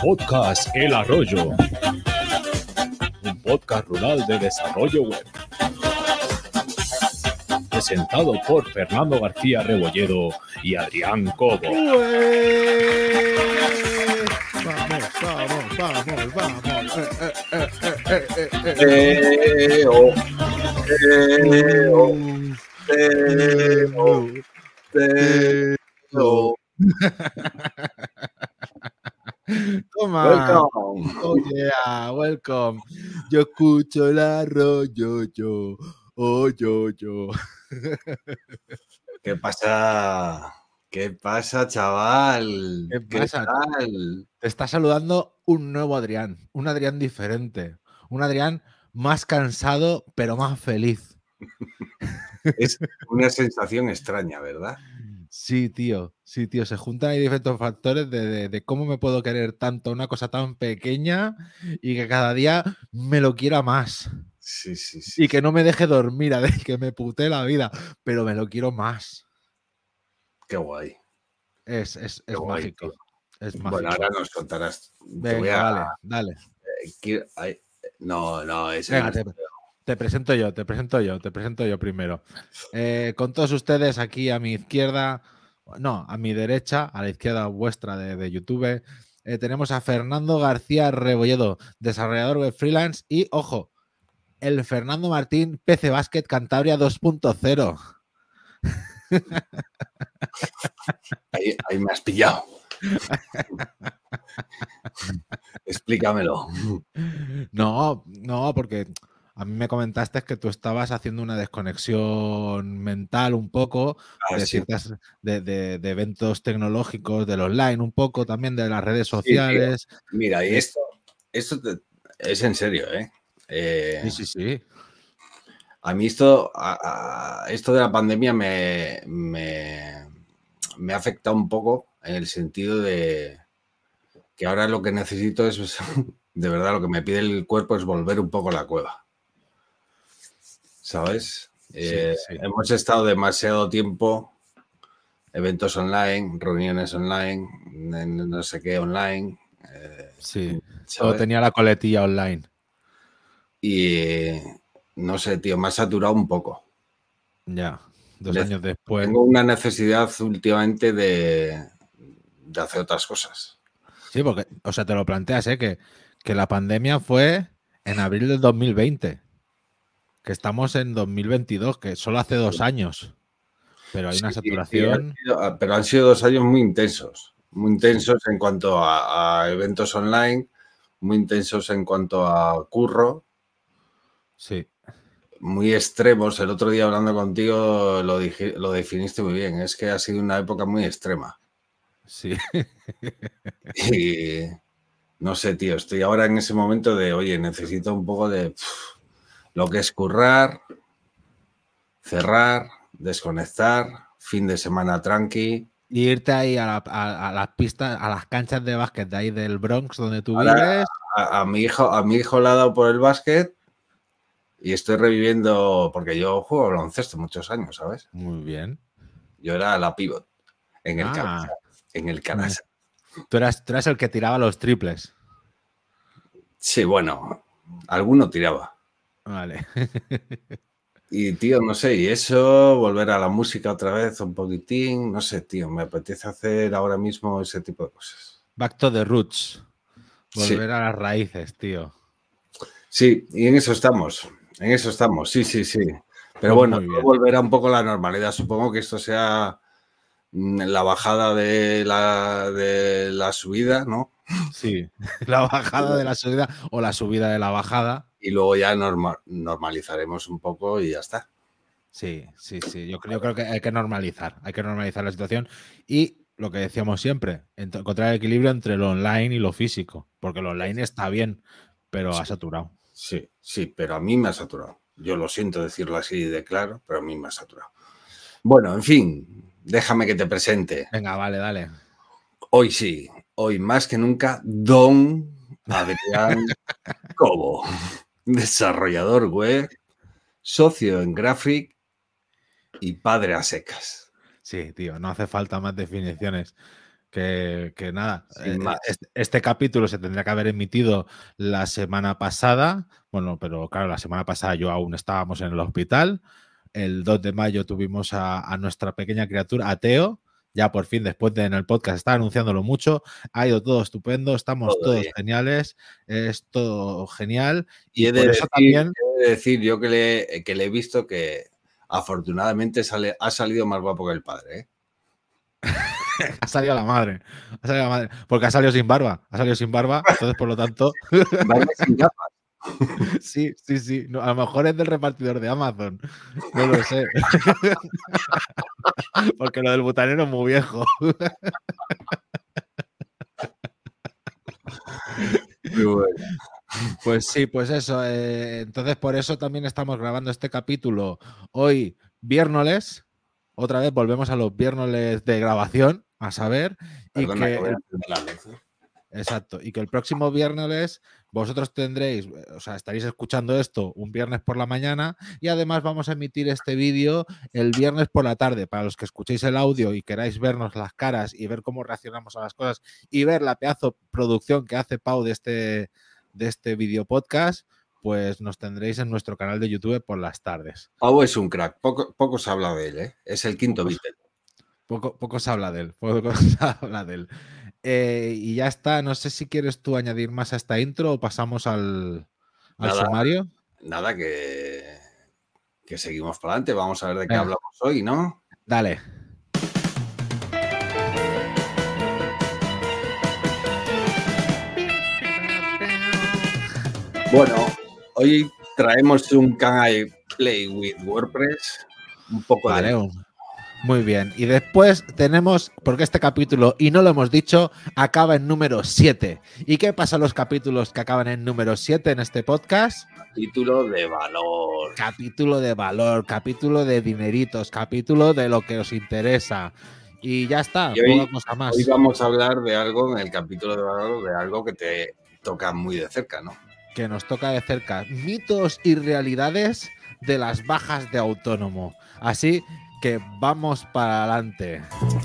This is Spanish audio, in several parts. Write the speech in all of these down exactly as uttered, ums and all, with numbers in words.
Podcast El Arroyo, un podcast rural de desarrollo web, presentado por Fernando García Rebolledo y Adrián Cobo. Vamos, vamos, vamos, vamos. Eh, oh, eh, oh, eh, oh, eh, oh. Toma. Welcome. Oh yeah, welcome. Yo escucho el arroyo, yo. Oh, yo, yo. ¿Qué pasa? ¿Qué pasa, chaval? ¿Qué pasa? tal? Te está saludando un nuevo Adrián, un Adrián diferente, un Adrián más cansado pero más feliz. Es una sensación extraña, ¿verdad? Sí, tío, sí, tío, se juntan ahí diferentes factores de, de, de cómo me puedo querer tanto una cosa tan pequeña y que cada día me lo quiera más. Sí, sí, sí. Y que no me deje dormir, a ver, que me putee la vida, pero me lo quiero más. Qué guay. Es, es, Qué es guay, mágico. tío. Es mágico. Bueno, ahora nos contarás. Te Venga, voy a... vale, dale. eh, quiero- ay, No, no, ese Venga, no te, es- te presento yo, te presento yo, te presento yo primero. Eh, con todos ustedes aquí a mi izquierda, no, a mi derecha, a la izquierda vuestra de, de YouTube, eh, tenemos a Fernando García Rebolledo, desarrollador web freelance y, ojo, el Fernando Martín P C Basket Cantabria dos punto cero. Ahí, ahí me has pillado. Explícamelo. No, no, porque a mí me comentaste que tú estabas haciendo una desconexión mental un poco Ah, de sí. ciertas de, de- de eventos tecnológicos, del online, un poco también de las redes Sí, tío. sociales. Mira, y Eh, esto, esto te- es en serio, ¿eh? Eh, Sí, sí, sí. A mí esto, a- a- esto de la pandemia me, me, me ha afectado un poco en el sentido de que ahora lo que necesito es, de verdad, lo que me pide el cuerpo es volver un poco a la cueva. ¿Sabes? Sí, Eh, sí. Hemos estado demasiado tiempo, eventos online, reuniones online, en no sé qué online. eh, Sí. Todo ¿sabes? tenía la coletilla online. Y no sé, tío, me ha saturado un poco. Ya. Dos Nece- años después. Tengo una necesidad últimamente de, de hacer otras cosas. Sí, porque, o sea, te lo planteas, ¿eh? Que, que la pandemia fue en abril del dos mil veinte. Que estamos en dos mil veintidós, que solo hace dos años. Pero hay una Sí, sí, saturación. han sido- pero han sido dos años muy intensos, muy intensos en cuanto a, a eventos online, muy intensos en cuanto a curro, Sí. muy extremos. El otro día hablando contigo lo, dije- lo definiste muy bien, es que ha sido una época muy extrema. Sí. Y no sé, tío, estoy ahora en ese momento de, oye, necesito un poco de pf, lo que es currar, cerrar, desconectar, fin de semana tranqui. Y irte ahí a, la- a- a las pistas, a las canchas de básquet de ahí del Bronx, donde tú Ahora, vives. a, a mi hijo, a mi hijo le ha dado por el básquet y estoy reviviendo, porque yo juego al baloncesto muchos años, ¿sabes? Muy bien. Yo era la pivot en el Ah, Canasa, en el Canasa. tú eras, tú eras el que tiraba los triples. Sí, bueno, alguno tiraba. Vale. Y, tío, no sé, y eso, volver a la música otra vez un poquitín, no sé, tío, me apetece hacer ahora mismo ese tipo de cosas. Back to the roots. Sí, Volver a las raíces, tío. sí, y en eso estamos, en eso estamos, sí, sí, sí. Pero Pues bueno, muy bien. volverá un poco a la normalidad. Supongo que esto sea mm, la bajada de la, de la subida, ¿no? Sí. La bajada de la subida o la subida de la bajada. Y luego ya norma- normalizaremos un poco y ya está. Sí, sí, sí. Yo, creo- yo creo que hay que normalizar. Hay que normalizar la situación. Y lo que decíamos siempre, ent- encontrar el equilibrio entre lo online y lo físico. Porque lo online está bien, pero ha saturado. Sí, sí, pero a mí me ha saturado. Yo lo siento decirlo así de claro, pero a mí me ha saturado. Bueno, en fin, déjame que te presente. Venga, vale, dale. Hoy sí, hoy más que nunca, Don Adrián Cobo, desarrollador web, socio en Graphic y padre a secas. Sí, tío, no hace falta más definiciones Que, que nada, Sin eh, más. este, este capítulo se tendría que haber emitido la semana pasada. Bueno, pero claro, la semana pasada yo aún estábamos en el hospital. El dos de mayo tuvimos a, a nuestra pequeña criatura, a Teo. Ya por fin, después de en el podcast, estaba anunciándolo mucho. Ha ido todo estupendo, estamos Todo todos bien. geniales, es todo genial. Y Y he de por eso decir, también. he de decir yo que le, que le he visto que afortunadamente sale, ha salido más guapo que el padre, ¿eh? Ha salido la madre, ha salido la madre, porque ha salido sin barba, ha salido sin barba, entonces por lo tanto, Barba sin gafas. sí, sí, sí, no, a lo mejor es del repartidor de Amazon, no lo sé, porque lo del butanero es muy viejo. Muy bueno. Pues sí, pues eso, eh, entonces por eso también estamos grabando este capítulo hoy, viernes, otra vez volvemos a los viernes de grabación, a saber, y Perdona que que voy a el encender la luz, ¿eh? Exacto, y que el próximo viernes vosotros tendréis, o sea, estaréis escuchando esto un viernes por la mañana y además vamos a emitir este vídeo el viernes por la tarde. Para los que escuchéis el audio y queráis vernos las caras y ver cómo reaccionamos a las cosas y ver la pedazo producción que hace Pau de este, de este video podcast, pues nos tendréis en nuestro canal de YouTube por las tardes. Pau es un crack, poco, poco se habla de él, ¿eh? Es el quinto Pocos, Beatle. poco, poco se habla de él, poco se habla de él. Eh, y ya está, no sé si quieres tú añadir más a esta intro o pasamos al, al Nada, sumario. nada que, que seguimos para adelante. Vamos a ver de qué Venga, hablamos hoy, ¿no? dale. Bueno, hoy traemos un Can I Play with WordPress, un poco Vale, de... un- muy bien. Y después tenemos, porque este capítulo, y no lo hemos dicho, acaba en número siete. ¿Y qué pasa a los capítulos que acaban en número siete en este podcast? Título de valor. Capítulo de valor, capítulo de dineritos, capítulo de lo que os interesa. Y ya está, Y hoy, poca cosa más. hoy vamos a hablar de algo en el capítulo de valor, de algo que te toca muy de cerca, ¿no? Que nos toca de cerca. Mitos y realidades de las bajas de autónomo. Así que vamos para adelante.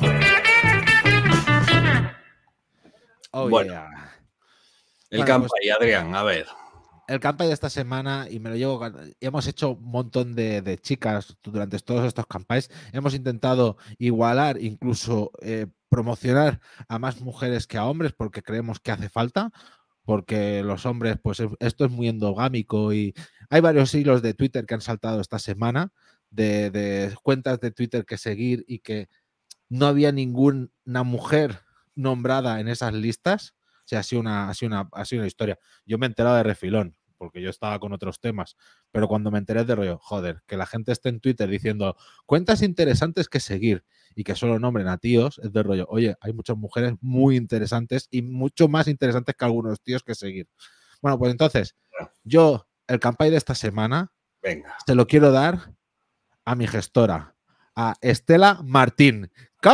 Oh, Bueno, yeah. el Bueno, campo pues ahí, Adrián, a ver. el campaign de esta semana, y me lo llevo, hemos hecho un montón de, de chicas durante todos estos campaigns, hemos intentado igualar, incluso eh, promocionar a más mujeres que a hombres porque creemos que hace falta, porque los hombres, pues esto es muy endogámico y hay varios hilos de Twitter que han saltado esta semana de, de cuentas de Twitter que seguir y que no había ninguna mujer nombrada en esas listas. O sea, ha sido una, ha sido una, ha sido una historia. Yo me he enterado de refilón, porque yo estaba con otros temas, pero cuando me enteré de rollo, joder, que la gente esté en Twitter diciendo cuentas interesantes que seguir y que solo nombren a tíos, es de rollo, oye, hay muchas mujeres muy interesantes y mucho más interesantes que algunos tíos que seguir. Bueno, pues entonces, yo, el campaign de esta semana, Venga. se lo quiero dar a mi gestora, a Estela Martín.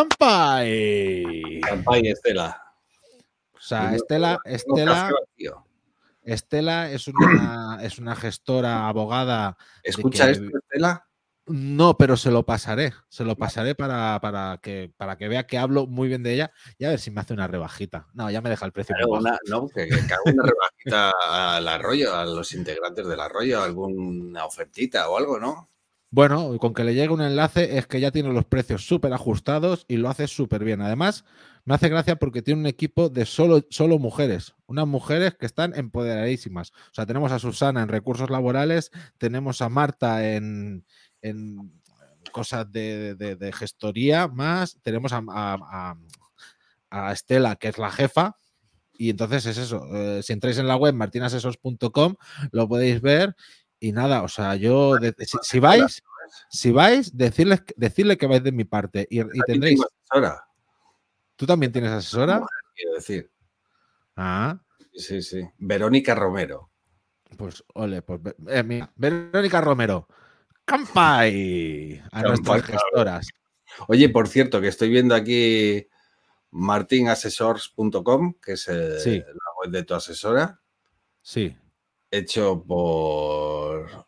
¡Campai! Campai, Estela. O sea, Tengo- Estela, tengo Estela, café vacío. Estela es una, es una gestora, abogada. de ¿Escucha que- esto, Estela? No, pero se lo pasaré. Se lo pasaré para, para, que, para que vea que hablo muy bien de ella y a ver si me hace una rebajita. No, ya me deja el precio Claro, muy bajo. una, no, que, que haga una rebajita al arroyo, a los integrantes del arroyo, alguna ofertita o algo, ¿no? Bueno, con que le llegue un enlace es que ya tiene los precios súper ajustados y lo hace súper bien. Además, me hace gracia porque tiene un equipo de solo, solo mujeres, unas mujeres que están empoderadísimas. O sea, tenemos a Susana en recursos laborales, tenemos a Marta en, en cosas de, de, de gestoría, más tenemos a, a, a, a Estela, que es la jefa. Y entonces es eso, eh, si entráis en la web martinasesors punto com lo podéis ver. Y nada, o sea, yo, de, si, si vais, si vais, decirles, decirle que vais de mi parte y, y tendréis. Asesora. ¿Tú también tienes asesora? Mujer, quiero decir. Ah, Sí, sí. Verónica Romero. pues ole, pues eh, mira, Verónica Romero, ¡campai! A nuestras gestoras. Oye, por cierto, que estoy viendo aquí martin asesors punto com, que es el, Sí. la web de tu asesora. Sí. Hecho por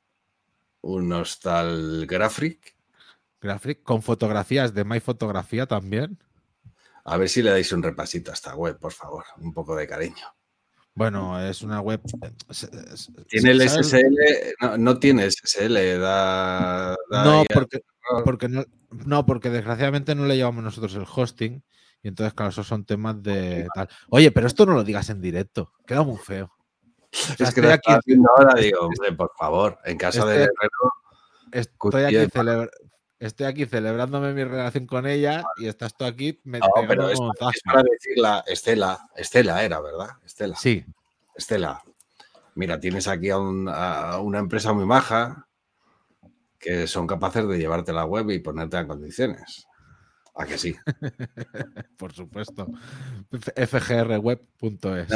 unos tal Graphic. Graphic, con fotografías de My Fotografía también. A ver si le dais un repasito a esta web, por favor. Un poco de cariño. Bueno, es una web... Tiene el ¿sabes? S S L, no, no tiene S S L, da... da No, ahí a- porque, porque no, no, porque desgraciadamente no le llevamos nosotros el hosting y entonces, claro, esos son temas de tal. Oye, pero esto no lo digas en directo, queda muy feo. O sea, Es que estoy lo aquí, estaba haciendo ahora, digo, hombre, por favor, en casa del Estoy- herrero... estoy aquí, cuchillo de celebra- estoy aquí celebrándome mi relación con ella y estás tú aquí me, No, pegando pero un es, gonzazo. es para decirla, Estela, Estela era, ¿verdad? Estela. Sí, Estela, mira, tienes aquí a, un- a una empresa muy maja que son capaces de llevarte la web y ponerte en condiciones. ¿A que sí? por supuesto. f g r web punto es. No.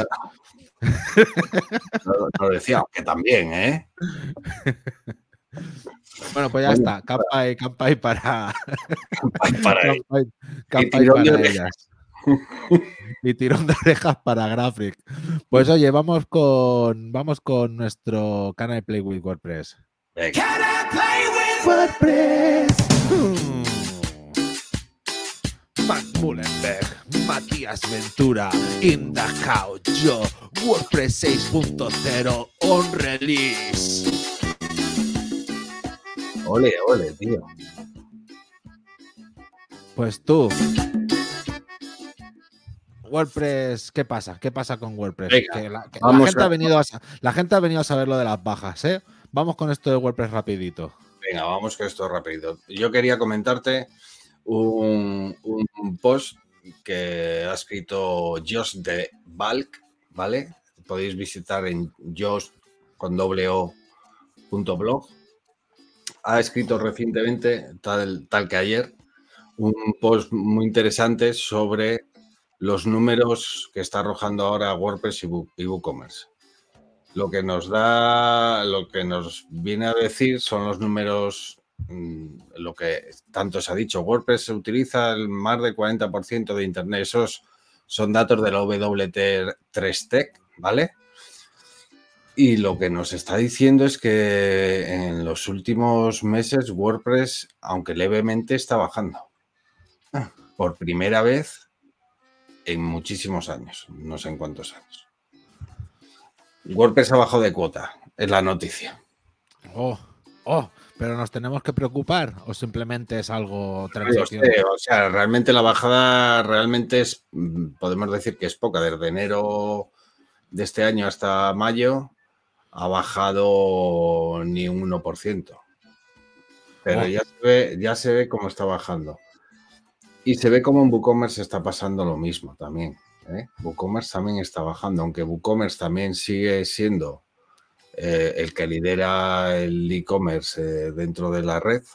No, no lo decía, que también, ¿eh? Bueno, pues ya Bueno, está. Campai, campai para, para ahí. campai, Y campai tirón de para orejas. ellas. Y tirón de orejas para Graphic. Pues oye, vamos con vamos con nuestro canal Play with WordPress. Venga. WordPress. Matt Mullenberg, Matías Ventura, in the house, yo, WordPress seis punto cero on release. Ole, ole, tío. Pues tú, WordPress, ¿qué pasa? ¿Qué pasa con WordPress? Venga, Que la, que la vamos gente a- ha venido a, sa- la gente ha venido a saber lo de las bajas, ¿eh? Vamos con esto de WordPress rapidito. Venga, vamos con esto rápido. Yo quería comentarte un, un post que ha escrito Josh de Balk, ¿vale? Podéis visitar en josh con doble o punto blog. Ha escrito recientemente, tal, tal que ayer, un post muy interesante sobre los números que está arrojando ahora WordPress y, Book- y WooCommerce. Lo que nos da, lo que nos viene a decir son los números, mmm, lo que tanto se ha dicho. WordPress se utiliza el más del cuarenta por ciento de Internet. Esos son datos de la W T tres Tech, ¿vale? Y lo que nos está diciendo es que en los últimos meses WordPress, aunque levemente, está bajando. Por primera vez en muchísimos años, no sé en cuántos años. WordPress ha bajado de cuota, es la noticia. Oh, oh, pero nos tenemos que preocupar o simplemente es algo No lo transición. sé, o sea, realmente la bajada realmente es, podemos decir que es poca. Desde enero de este año hasta mayo ha bajado ni un uno por ciento. Pero Oh. ya se ve, ya se ve cómo está bajando. Y se ve como en WooCommerce está pasando lo mismo también. ¿eh? WooCommerce también está bajando, aunque WooCommerce también sigue siendo eh, el que lidera el e-commerce eh, dentro de la red.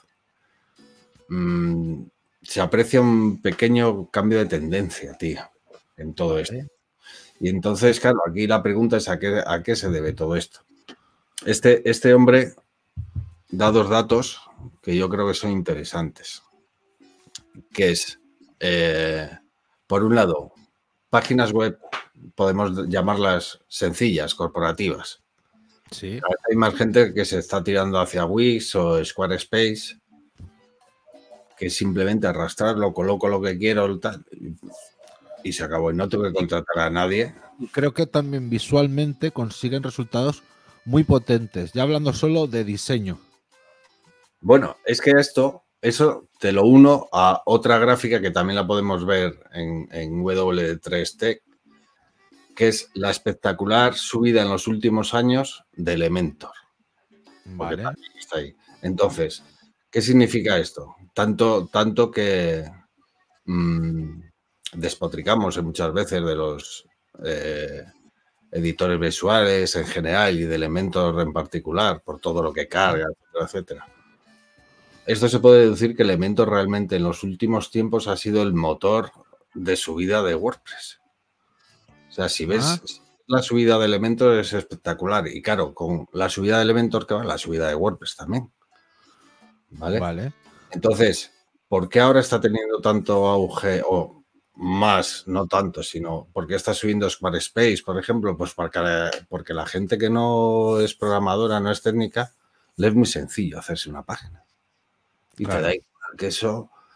Mm, se aprecia un pequeño cambio de tendencia, tío, en todo esto. Y entonces, claro, aquí la pregunta es a qué, a qué se debe todo esto. Este, este hombre da dos datos que yo creo que son interesantes, que es, eh, por un lado, páginas web, podemos llamarlas sencillas, corporativas. Sí. Cada vez hay más gente que se está tirando hacia Wix o Squarespace, que simplemente arrastrarlo, coloco lo que quiero tal, y se acabó. Y no tengo que contratar a nadie. Creo que también visualmente consiguen resultados muy potentes, ya hablando solo de diseño. Bueno, es que esto, eso te lo uno a otra gráfica que también la podemos ver en, en W tres Tech, que es la espectacular subida en los últimos años de Elementor. Porque Vale. también está ahí. Entonces, ¿qué significa esto? Tanto, tanto que mmm, despotricamos muchas veces de los eh, editores visuales en general y de Elementor en particular, por todo lo que carga, etcétera, etcétera. Esto se puede deducir que Elementor realmente en los últimos tiempos ha sido el motor de subida de WordPress. O sea, si ves Ah. la subida de Elementor es espectacular. Y claro, con la subida de Elementor que va la subida de WordPress también. ¿Vale? Vale. Entonces, ¿por qué ahora está teniendo tanto auge o más, no tanto, sino porque está subiendo Squarespace, por ejemplo? Pues porque, porque la gente que no es programadora, no es técnica, le es muy sencillo hacerse una página. Y Claro. te da igual que eso,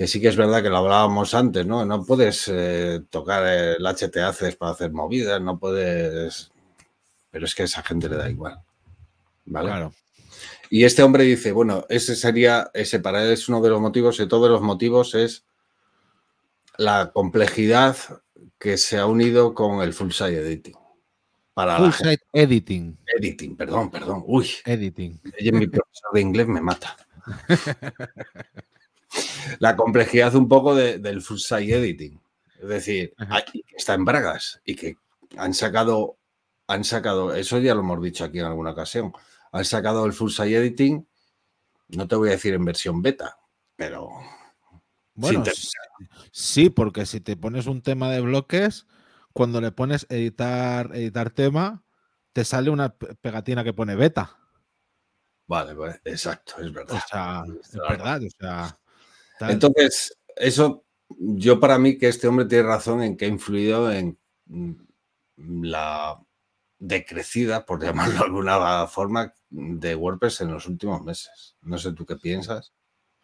que sí que es verdad que lo hablábamos antes, ¿no? No puedes eh, tocar el H T Aces para hacer movidas, no puedes... Pero es que a esa gente le da igual, ¿vale? Claro. Y este hombre dice, bueno, ese sería, ese para él es uno de los motivos, y todos los motivos es la complejidad que se ha unido con el full site editing. Para full la site editing. Editing, perdón, perdón. Uy, editing. Ella, mi profesor de inglés me mata. La complejidad un poco de, del full site editing. Es decir, hay, está en bragas y que han sacado, han sacado, eso ya lo hemos dicho aquí en alguna ocasión, han sacado el full site editing, no te voy a decir en versión beta, pero... Bueno, sí, sí, porque si te pones un tema de bloques, cuando le pones editar, editar tema, te sale una pegatina que pone beta. Vale, pues exacto, es verdad. O sea, es verdad, o sea... Tal. Entonces, eso, yo para mí que este hombre tiene razón en que ha influido en la decrecida, por llamarlo de alguna forma, de WordPress en los últimos meses. No sé tú qué piensas.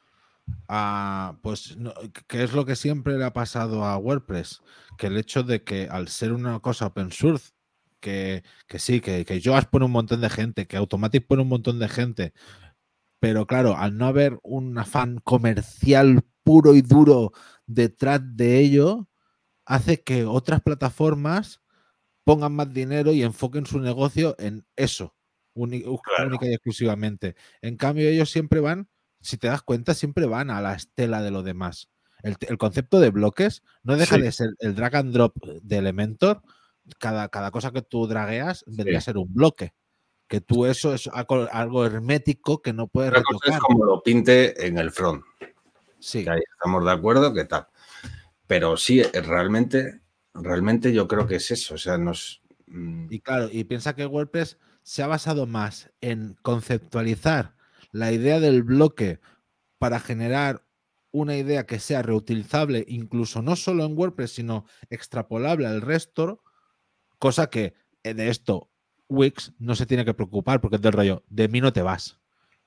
Ah, pues, no, ¿qué es lo que siempre le ha pasado a WordPress? Que el hecho de que al ser una cosa open source, que, que sí, que, que Yoast pone un montón de gente, que Automatic pone un montón de gente, pero claro, al no haber un afán comercial puro y duro detrás de ello, hace que otras plataformas pongan más dinero y enfoquen su negocio en eso, única, claro. única y exclusivamente. En cambio, ellos siempre van, si te das cuenta, siempre van a la estela de lo demás. El, el concepto de bloques no deja sí. de ser el drag and drop de Elementor. Cada, cada cosa que tú dragueas vendría sí. a ser un bloque. Que tú eso es algo, algo hermético que no puedes Otra retocar. Cosa es como lo pinte en el front. Sí. Que ahí estamos de acuerdo, que tal. Pero sí, realmente, realmente yo creo que es eso. O sea, nos... Y claro, y piensa que WordPress se ha basado más en conceptualizar la idea del bloque para generar una idea que sea reutilizable, incluso no solo en WordPress, sino extrapolable al resto, cosa que de esto Wix no se tiene que preocupar porque es del rollo, de mí no te vas.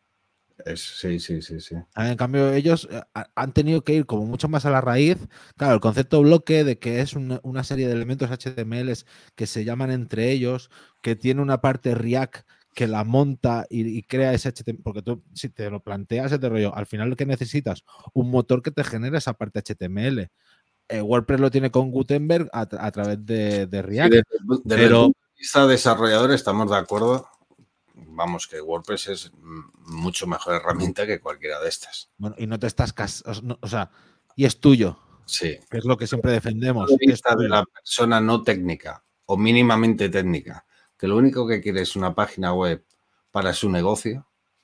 Es, sí, sí, sí, sí. En cambio, ellos han tenido que ir como mucho más a la raíz. Claro, el concepto bloque de que es una, una serie de elementos H T M L que se llaman entre ellos, que tiene una parte React que la monta y, y crea ese H T M L, porque tú si te lo planteas este rollo, al final lo que necesitas, un motor que te genere esa parte H T M L. Eh, WordPress lo tiene con Gutenberg a, a través de, de React. Sí, desde, desde pero, el punto de vista desarrollador estamos de acuerdo. Vamos, que WordPress es mucho mejor herramienta que cualquiera de estas. Bueno, y no te estás casando, o sea, y es tuyo. Sí. Que es lo que siempre defendemos. De vista de la persona no técnica o mínimamente técnica, que lo único que quiere es una página web para su negocio,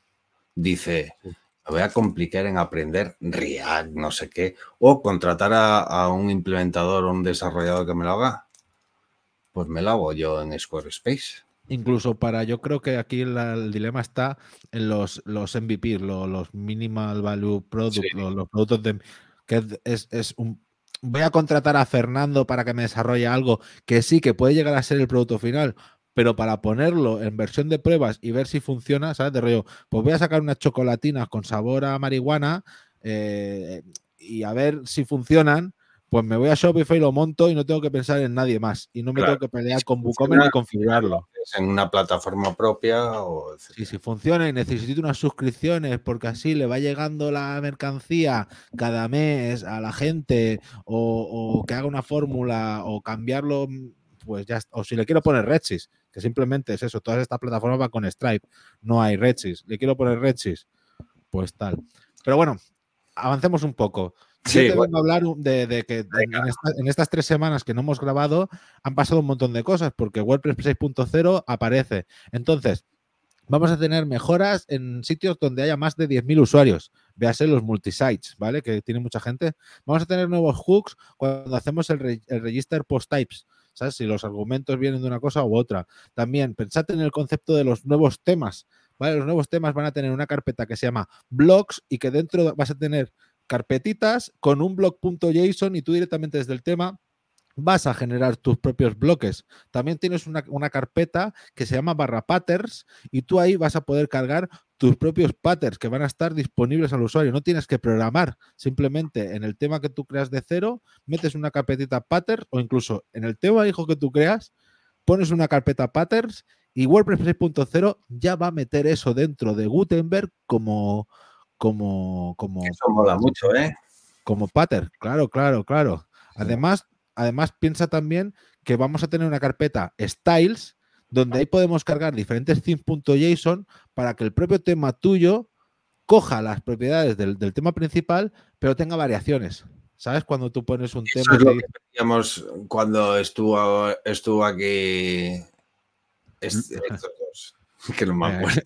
dice, me voy a complicar en aprender React, no sé qué, o contratar a, a un implementador o un desarrollador que me lo haga, pues me lo hago yo en Squarespace. Incluso para, yo creo que aquí la, el dilema está en los, los M V P, los, los Minimal Value Product, sí. los, los productos de... que es, es un... Voy a contratar a Fernando para que me desarrolle algo que sí, que puede llegar a ser el producto final, pero para ponerlo en versión de pruebas y ver si funciona, ¿sabes? De rollo, pues voy a sacar unas chocolatinas con sabor a marihuana eh, y a ver si funcionan. Pues me voy a Shopify y lo monto y no tengo que pensar en nadie más. Y no me claro. tengo que pelear con WooCommerce ni configurarlo. En una plataforma propia o... Sí, si funciona y necesito unas suscripciones porque así le va llegando la mercancía cada mes a la gente o, o que haga una fórmula o cambiarlo, pues ya está. O si le quiero poner Redsys, que simplemente es eso. Todas estas plataformas van con Stripe. No hay Redsys. Le quiero poner Redsys, pues tal. Pero bueno, avancemos un poco. Yo sí, te bueno. vengo a hablar de, de que en, esta, en estas tres semanas que no hemos grabado han pasado un montón de cosas porque WordPress seis punto cero aparece. Entonces, vamos a tener mejoras en sitios donde haya más de diez mil usuarios. Véase los multisites, ¿vale? Que tiene mucha gente. Vamos a tener nuevos hooks cuando hacemos el, re, el register post types. ¿Sabes? Si los argumentos vienen de una cosa u otra. También pensad en el concepto de los nuevos temas. ¿Vale? Los nuevos temas van a tener una carpeta que se llama blogs y que dentro vas a tener carpetitas con un blog.json y tú directamente desde el tema vas a generar tus propios bloques. También tienes una, una carpeta que se llama barra patterns y tú ahí vas a poder cargar tus propios patterns que van a estar disponibles al usuario. No tienes que programar, simplemente en el tema que tú creas de cero, metes una carpetita patterns o incluso en el tema hijo que tú creas, pones una carpeta patterns y WordPress seis punto cero ya va a meter eso dentro de Gutenberg como como como Eso mola mucho, ¿eh? Como pattern, claro, claro, claro. Además, además piensa también que vamos a tener una carpeta styles donde ahí podemos cargar diferentes themes.json para que el propio tema tuyo coja las propiedades del, del tema principal, pero tenga variaciones. ¿Sabes? Cuando tú pones un Eso tema... es lo que que veíamos cuando estuvo, estuvo aquí est- estos dos, que no me acuerdo.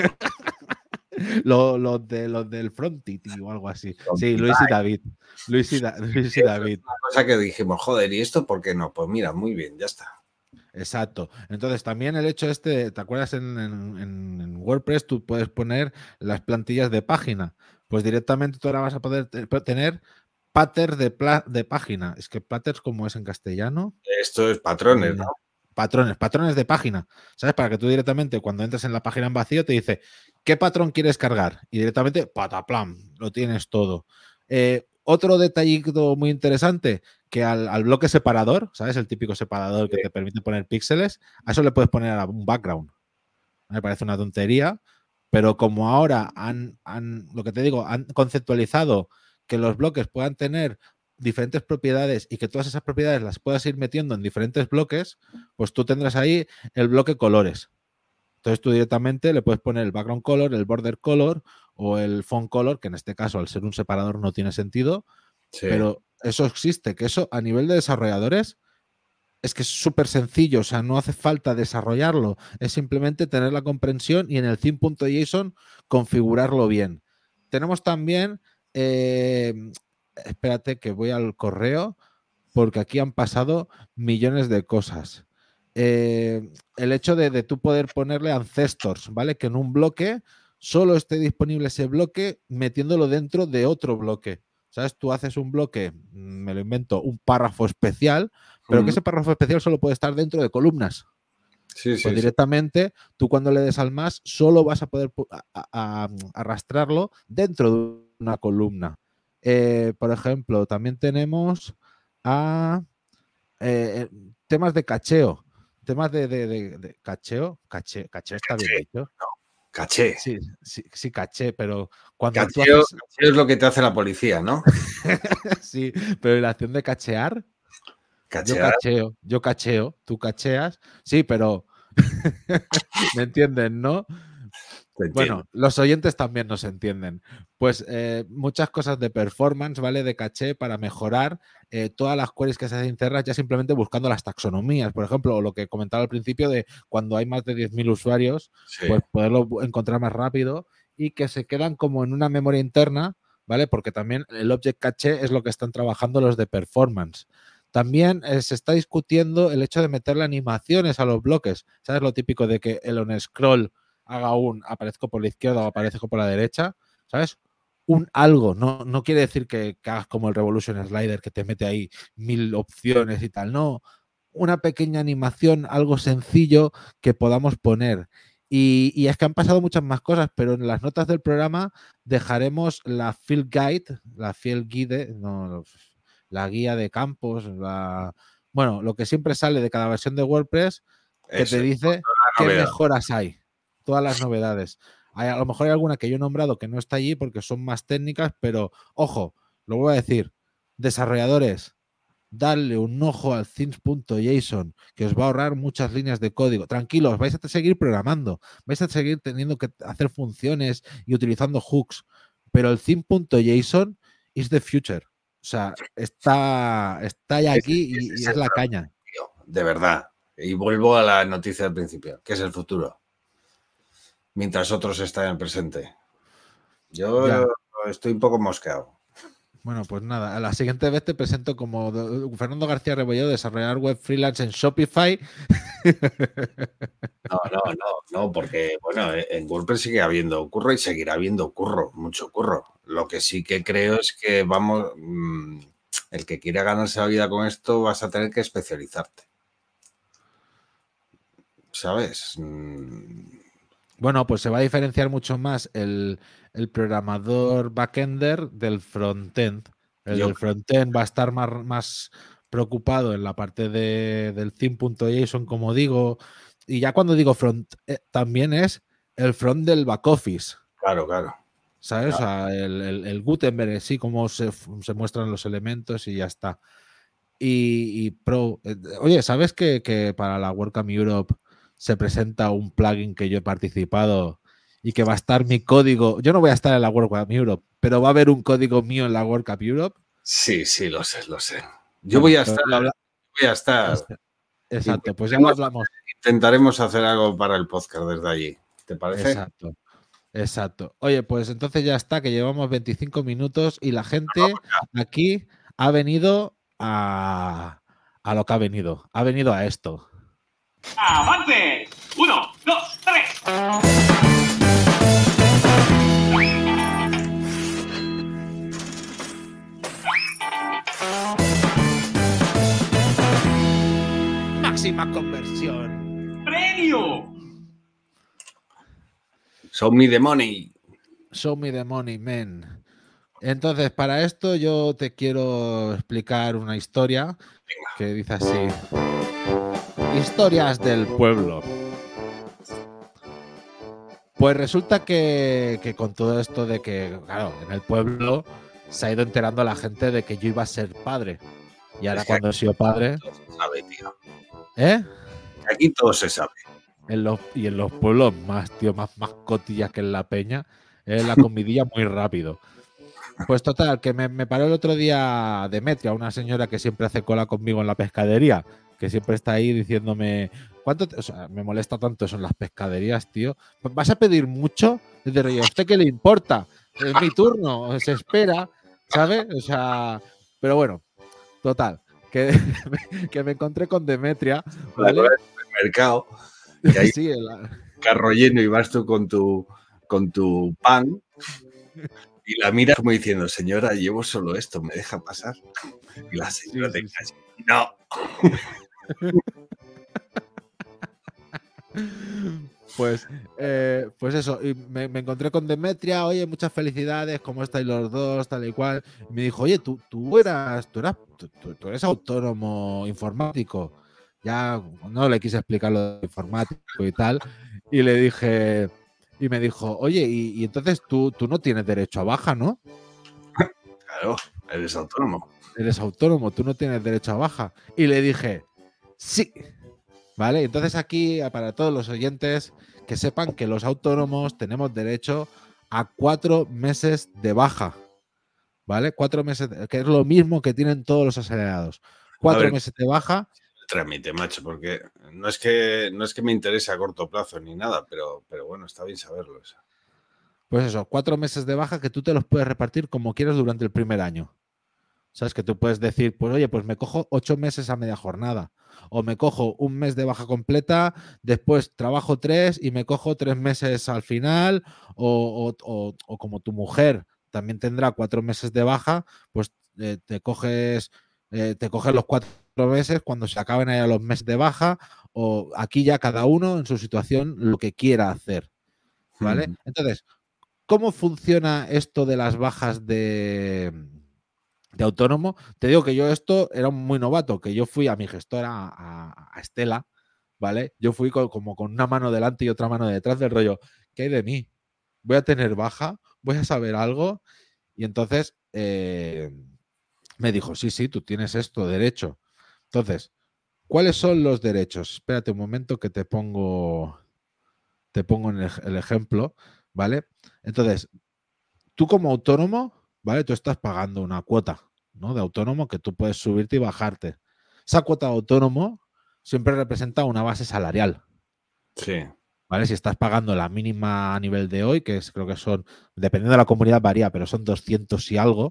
Los lo de, lo del Frontity o algo así. Sí, Luis y David. Luis y, da, Luis y David. Es una cosa que dijimos, joder, ¿y esto por qué no? Pues mira, muy bien, ya está. Exacto. Entonces, también el hecho este, ¿te acuerdas en, en, en WordPress tú puedes poner las plantillas de página? Pues directamente tú ahora vas a poder tener patterns de, de página. Es que patterns, como es en castellano. Esto es patrones, eh, ¿no? Patrones, patrones de página. ¿Sabes? Para que tú directamente, cuando entres en la página en vacío, te dice, ¿qué patrón quieres cargar? Y directamente, pataplam, lo tienes todo. Eh, otro detallito muy interesante, que al, al bloque separador, ¿sabes? El típico separador que te permite poner píxeles, a eso le puedes poner un background. Me parece una tontería, pero como ahora han, han, lo que te digo, han conceptualizado que los bloques puedan tener diferentes propiedades y que todas esas propiedades las puedas ir metiendo en diferentes bloques, pues tú tendrás ahí el bloque colores. Entonces tú directamente le puedes poner el background color, el border color o el font color, que en este caso al ser un separador no tiene sentido, sí. Pero eso existe, que eso a nivel de desarrolladores es que es súper sencillo, o sea, no hace falta desarrollarlo, es simplemente tener la comprensión y en el theme.json configurarlo bien. Tenemos también, eh, espérate que voy al correo, porque aquí han pasado millones de cosas. Eh, el hecho de, de tú poder ponerle ancestors, ¿vale? Que en un bloque solo esté disponible ese bloque metiéndolo dentro de otro bloque. ¿Sabes? Tú haces un bloque, me lo invento, un párrafo especial, pero mm. que ese párrafo especial solo puede estar dentro de columnas. Sí, pues sí, directamente, sí. Tú cuando le des al más, solo vas a poder a, a, a arrastrarlo dentro de una columna. Eh, por ejemplo, también tenemos a eh, temas de cacheo. Temas de, de, de, de cacheo. Caché, cacheo está bien dicho. No, caché. Sí, sí, sí, caché, pero cuando cacheo, tú haces... cacheo es lo que te hace la policía, ¿no? Sí, pero la acción de cachear... Cachear. Yo cacheo, yo cacheo, tú cacheas. Sí, pero ¿me entienden, no? Bueno, los oyentes también nos entienden. Pues eh, muchas cosas de performance, ¿vale? De caché para mejorar eh, todas las queries que se hacen internas ya simplemente buscando las taxonomías, por ejemplo, o lo que comentaba al principio de cuando hay más de diez mil usuarios, sí. Pues poderlo encontrar más rápido y que se quedan como en una memoria interna, ¿vale? Porque también el object caché es lo que están trabajando los de performance. También eh, se está discutiendo el hecho de meterle animaciones a los bloques. ¿Sabes? Lo típico de que el on scroll haga un aparezco por la izquierda o aparezco por la derecha, ¿sabes? Un algo, no, no quiere decir que, que hagas como el Revolution Slider que te mete ahí mil opciones y tal, no, una pequeña animación, algo sencillo que podamos poner. Y, y es que han pasado muchas más cosas, pero en las notas del programa dejaremos la Field Guide, la Field Guide, no, la guía de campos, la, bueno, lo que siempre sale de cada versión de WordPress que Eso, te dice qué mejoras hay. Todas las novedades. Hay, a lo mejor hay alguna que yo he nombrado que no está allí porque son más técnicas, pero ojo, lo voy a decir, desarrolladores, darle un ojo al themes.json que os va a ahorrar muchas líneas de código. Tranquilos, vais a seguir programando, vais a seguir teniendo que hacer funciones y utilizando hooks, pero el theme.json is the future. O sea, está, está ya aquí y, y es la caña. De verdad. Y vuelvo a la noticia del principio, que es el futuro. Mientras otros están en el presente. Yo ya. estoy un poco mosqueado. Bueno, pues nada, a la siguiente vez te presento como Fernando García Rebolledo, desarrollador web freelance en Shopify. No, no, no, no, porque bueno, en WordPress sigue habiendo curro y seguirá habiendo curro, mucho curro. Lo que sí que creo es que vamos, el que quiera ganarse la vida con esto vas a tener que especializarte. ¿Sabes? Bueno, pues se va a diferenciar mucho más el, el programador backender del frontend. El Yo- del frontend va a estar más, más preocupado en la parte de, del theme.json, como digo. Y ya cuando digo front, eh, también es el front del back office. Claro, claro. ¿Sabes? Claro. O sea, el, el, el Gutenberg, sí, cómo se, se muestran los elementos y ya está. Y, y Pro, eh, oye, ¿sabes que, que para la WordCamp Europe se presenta un plugin que yo he participado y que va a estar mi código? Yo no voy a estar en la WordCamp Europe, pero va a haber un código mío en la WordCamp Europe. Sí, sí, lo sé, lo sé. Yo Bueno, voy a pues estar, lo habla- voy a estar. Exacto, pues ya lo Intentaremos, hablamos. intentaremos hacer algo para el podcast desde allí. ¿Te parece? Exacto, exacto. Oye, pues entonces ya está, que llevamos veinticinco minutos y la gente aquí ha venido a, a lo que ha venido. Ha venido a esto. ¡Avance! ¡Uno, dos, tres! Máxima conversión. ¡Premio! Show me the money. Show me the money, man. Entonces, para esto yo te quiero explicar una historia que dice así. Historias del pueblo. Pues resulta que, que con todo esto de que, claro, en el pueblo se ha ido enterando la gente de que yo iba a ser padre. Y ahora Es que cuando he sido padre, Todo se sabe, tío. ¿eh? Aquí todo se sabe. En los, y en los pueblos más, tío, más, más cotillas que en la peña, es la comidilla muy rápido. Pues total, que me, me paró el otro día Demetria, una señora que siempre hace cola conmigo en la pescadería, que siempre está ahí diciéndome, ¿cuánto te-? O sea, me molesta tanto eso en las pescaderías, tío. ¿Vas a pedir mucho? Es de rollo, ¿a usted qué le importa? Es mi turno, se espera, ¿sabes? O sea, pero bueno, total, que, que me encontré con Demetria, ¿vale? En el mercado, que hay Sí, un la- carro lleno y vas tú con tu, con tu pan y la miras como diciendo, señora, llevo solo esto, ¿me deja pasar? Y la señora Sí, te sí, cae, no. Pues, eh, pues eso, y me, me encontré con Demetria, oye, muchas felicidades, ¿cómo estáis los dos? Tal y cual. Y me dijo, oye, tú, tú eras, tú eras, tú, tú- tú eres autónomo informático. Ya no le quise explicar lo de informático y tal. Y le dije, y me dijo, oye, y, y entonces tú, tú no tienes derecho a baja, ¿no? Claro, eres autónomo. Eres autónomo, tú no tienes derecho a baja. Y le dije, sí. ¿Vale? Entonces aquí, para todos los oyentes, que sepan que los autónomos tenemos derecho a cuatro meses de baja. ¿Vale? Cuatro meses, de- que es lo mismo que tienen todos los acelerados. Cuatro ver. meses de baja. El trámite, macho, porque no es que no es que me interese a corto plazo ni nada, pero, pero bueno, está bien saberlo eso. Pues eso, cuatro meses de baja que tú te los puedes repartir como quieras durante el primer año. ¿Sabes? Que tú puedes decir, pues oye, pues me cojo ocho meses a media jornada. O me cojo un mes de baja completa, después trabajo tres y me cojo tres meses al final. O, o- o- o como tu mujer también tendrá cuatro meses de baja, pues eh, te coges, eh, te coges los cuatro meses cuando se acaben allá los meses de baja. O aquí ya cada uno en su situación lo que quiera hacer. ¿Vale? Mm. Entonces, ¿cómo funciona esto de las bajas de, de autónomo? Te digo que yo esto era muy novato, que yo fui a mi gestora, a, a Estela, ¿vale? Yo fui con- como con una mano delante y otra mano detrás del rollo. ¿Qué hay de mí? ¿Voy a tener baja? ¿Voy a saber algo? Y entonces eh, me dijo, sí, sí, tú tienes esto, derecho. Entonces, ¿cuáles son los derechos? Espérate un momento que te pongo, te pongo en el, el ejemplo, ¿vale? Entonces, tú como autónomo, ¿vale? Tú estás pagando una cuota, ¿no? De autónomo que tú puedes subirte y bajarte. Esa cuota de autónomo siempre representa una base salarial, Sí. ¿vale? Si estás pagando la mínima a nivel de hoy, que es, creo que son, dependiendo de la comunidad varía, pero son doscientos y algo,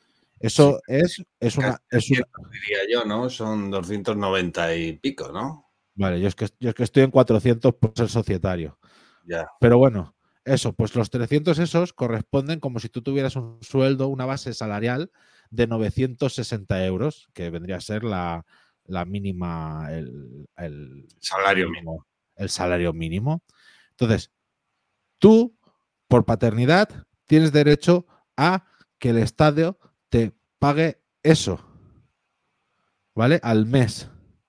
eso es, es una... Es una Diría yo, ¿no? Son doscientos noventa y pico, ¿no? vale, yo es, que, yo es que estoy en cuatrocientos por ser societario. Ya. Pero bueno, eso, pues los trescientos esos corresponden como si tú tuvieras un sueldo, una base salarial de novecientos sesenta euros, que vendría a ser la, la mínima, el, el Salario mínimo, el salario mínimo. Entonces, tú, por paternidad, tienes derecho a que el Estado te pague eso, ¿vale? Al mes.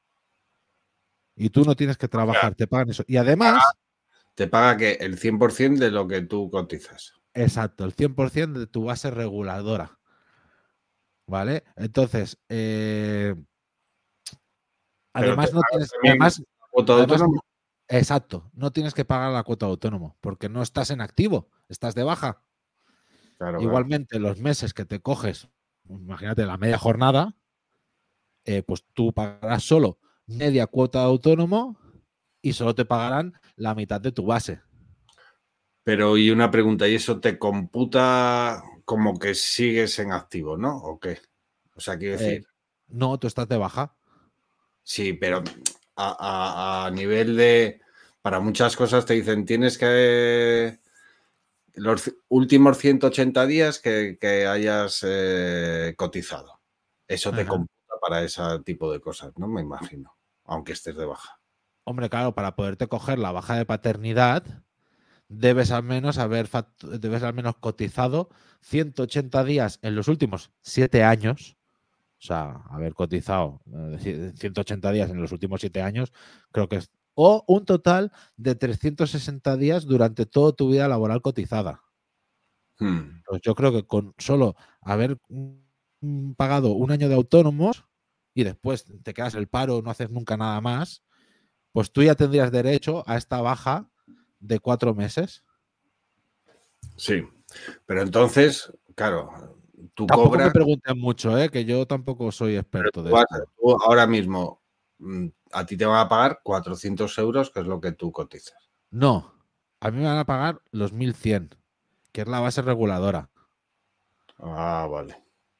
Y tú no tienes que trabajar, te pagan eso. Y además... Te paga que el cien por ciento de lo que tú cotizas. Exacto, el cien por ciento de tu base reguladora. ¿Vale? Entonces, eh, además no tienes... Además, además, exacto, no tienes que pagar la cuota de autónomo porque no estás en activo, estás de baja. Claro, Igualmente, claro. los meses que te coges, imagínate la media jornada, eh, pues tú pagarás solo media cuota de autónomo y solo te pagarán la mitad de tu base. Pero, y una pregunta, ¿y eso te computa como que sigues en activo, no? ¿O qué? O sea, quiero decir... Eh, no, tú estás de baja. Sí, pero a, a, a nivel de... Para muchas cosas te dicen, tienes que... Los últimos ciento ochenta días que, que hayas eh, cotizado. Eso te Ajá. computa para ese tipo de cosas, ¿no? Me imagino, aunque estés de baja. Hombre, claro, para poderte coger la baja de paternidad, debes al menos haber debes al menos cotizado ciento ochenta días en los últimos siete años. O sea, haber cotizado ciento ochenta días en los últimos siete años, creo que es. O un total de trescientos sesenta días durante toda tu vida laboral cotizada. Hmm. Pues yo creo que con solo haber pagado un año de autónomos y después te quedas el paro, no haces nunca nada más, pues tú ya tendrías derecho a esta baja de cuatro meses. Sí, pero entonces, claro, tú tampoco cobras... me pregunten mucho, ¿eh? Que yo tampoco soy experto de vas, esto. Tú ahora mismo, a ti te van a pagar cuatrocientos euros, que es lo que tú cotizas. No, a mí me van a pagar los mil cien, que es la base reguladora. Ah, vale.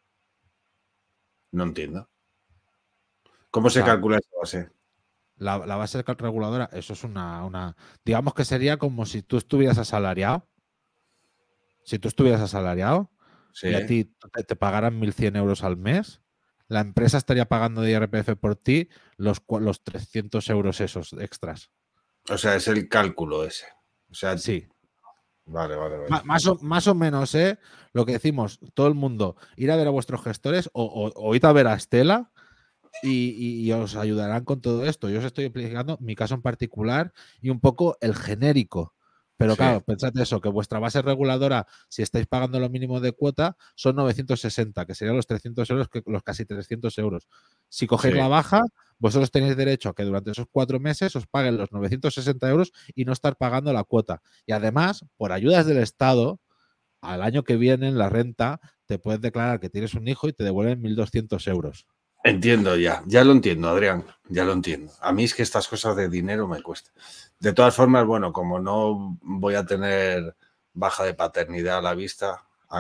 No entiendo. ¿Cómo se o sea, calcula esa base? La, la base reguladora, eso es una, una... Digamos que sería como si tú estuvieras asalariado. Si tú estuvieras asalariado sí. y a ti te, te pagaran mil cien euros al mes, la empresa estaría pagando de I R P F por ti los, los trescientos euros esos extras. O sea, es el cálculo ese. O sea, sí. Vale, vale, vale. M más, o, más o menos, ¿eh? Lo que decimos, todo el mundo, ir a ver a vuestros gestores o, o, o ir a ver a Estela y, y, y os ayudarán con todo esto. Yo os estoy explicando mi caso en particular y un poco el genérico. Pero sí. Claro, pensad eso, que vuestra base reguladora, si estáis pagando lo mínimo de cuota, son novecientos sesenta, que serían los trescientos euros, que los casi trescientos euros. Si cogéis sí. la baja, vosotros tenéis derecho a que durante esos cuatro meses os paguen los novecientos sesenta euros y no estar pagando la cuota. Y además, por ayudas del Estado, al año que viene en la renta te puedes declarar que tienes un hijo y te devuelven mil doscientos euros. Entiendo ya, ya lo entiendo, Adrián, ya lo entiendo. A mí es que estas cosas de dinero me cuestan. De todas formas, bueno, como no voy a tener baja de paternidad a la vista,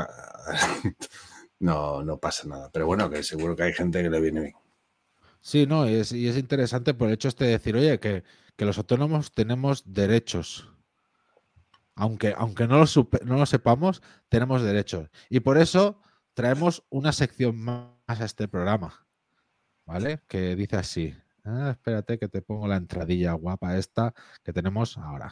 no, no pasa nada. Pero bueno, que seguro que hay gente que le viene bien. Sí, no, y es, y es interesante por el hecho este de decir, oye, que, que los autónomos tenemos derechos. Aunque, aunque no, lo supe, no lo sepamos, tenemos derechos. Y por eso traemos una sección más a este programa. ¿Vale? Que dice así. Ah, espérate que te pongo la entradilla guapa esta que tenemos ahora.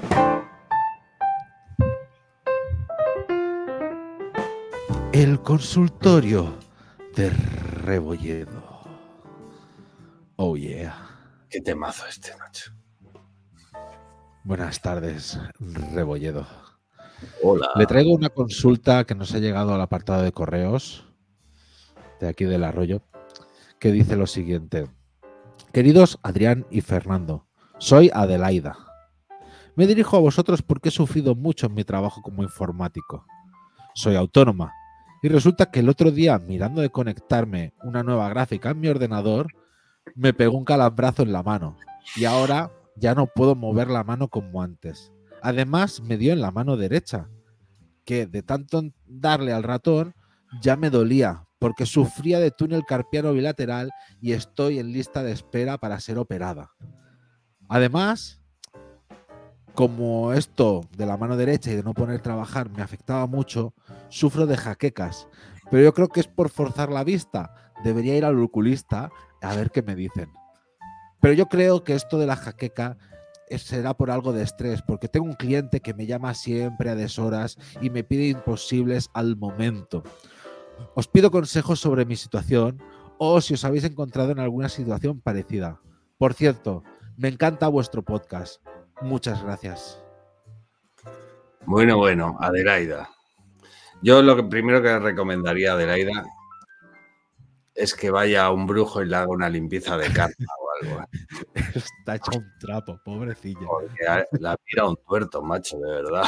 El consultorio de Rebolledo. Oh yeah. Qué temazo este, macho. Buenas tardes, Rebolledo. Hola. Le traigo una consulta que nos ha llegado al apartado de correos de aquí del Arroyo, que dice lo siguiente. Queridos Adrián y Fernando, soy Adelaida. Me dirijo a vosotros porque he sufrido mucho en mi trabajo como informático. Soy autónoma y resulta que el otro día, mirando de conectarme una nueva gráfica en mi ordenador, me pegó un calambrazo en la mano y ahora ya no puedo mover la mano como antes. Además, me dio en la mano derecha, que de tanto darle al ratón ya me dolía, porque sufría de túnel carpiano bilateral y estoy en lista de espera para ser operada. Además, como esto de la mano derecha y de no poder trabajar me afectaba mucho, sufro de jaquecas, pero yo creo que es por forzar la vista. Debería ir al oculista a ver qué me dicen. Pero yo creo que esto de la jaqueca será por algo de estrés, porque tengo un cliente que me llama siempre a deshoras y me pide imposibles al momento. Os pido consejos sobre mi situación o si os habéis encontrado en alguna situación parecida. Por cierto, me encanta vuestro podcast. Muchas gracias. Bueno, bueno, Adelaida. Yo lo que primero que recomendaría a Adelaida es que vaya a un brujo y le haga una limpieza de carta o algo. Está hecha un trapo, pobrecilla. Porque la mira un tuerto, macho, de verdad.